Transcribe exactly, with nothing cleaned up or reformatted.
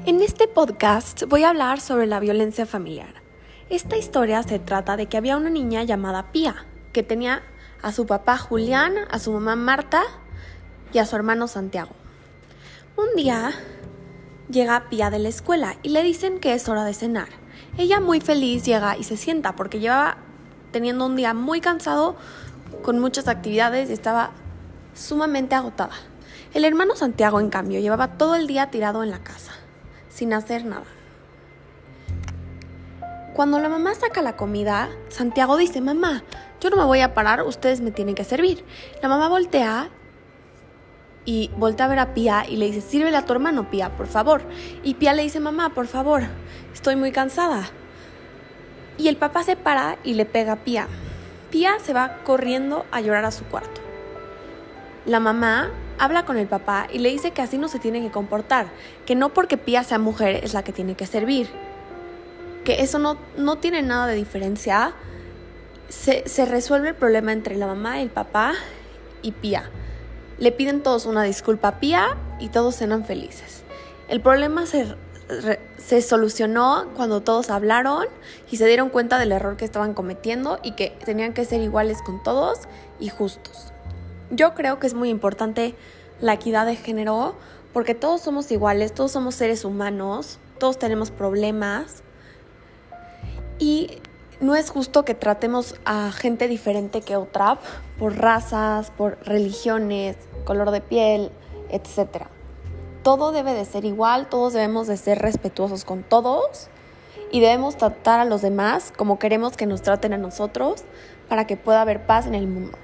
En este podcast voy a hablar sobre la violencia familiar. Esta historia se trata de que había una niña llamada Pía, que tenía a su papá Julián, a su mamá Marta y a su hermano Santiago. Un día llega Pía de la escuela y le dicen que es hora de cenar. Ella muy feliz llega y se sienta porque llevaba teniendo un día muy cansado con muchas actividades y estaba sumamente agotada. El hermano Santiago, en cambio, llevaba todo el día tirado en la casa, sin hacer nada. Cuando la mamá saca la comida, Santiago dice: mamá, yo no me voy a parar, ustedes me tienen que servir. La mamá voltea y voltea a ver a Pía y le dice: sírvele a tu hermano, Pía, por favor. Y Pía le dice: mamá, por favor, estoy muy cansada. Y el papá se para y le pega a Pía. Pía se va corriendo a llorar a su cuarto. La mamá habla con el papá y le dice que así no se tiene que comportar, que no porque Pía sea mujer es la que tiene que servir, que eso no, no tiene nada de diferencia. Se, se resuelve el problema entre la mamá, el papá y Pía. Le piden todos una disculpa a Pía y todos cenan felices. El problema se, re, se solucionó cuando todos hablaron y se dieron cuenta del error que estaban cometiendo y que tenían que ser iguales con todos y justos. Yo creo que es muy importante la equidad de género porque todos somos iguales, todos somos seres humanos, todos tenemos problemas y no es justo que tratemos a gente diferente que otra por razas, por religiones, color de piel, etcétera. Todo debe de ser igual, todos debemos de ser respetuosos con todos y debemos tratar a los demás como queremos que nos traten a nosotros para que pueda haber paz en el mundo.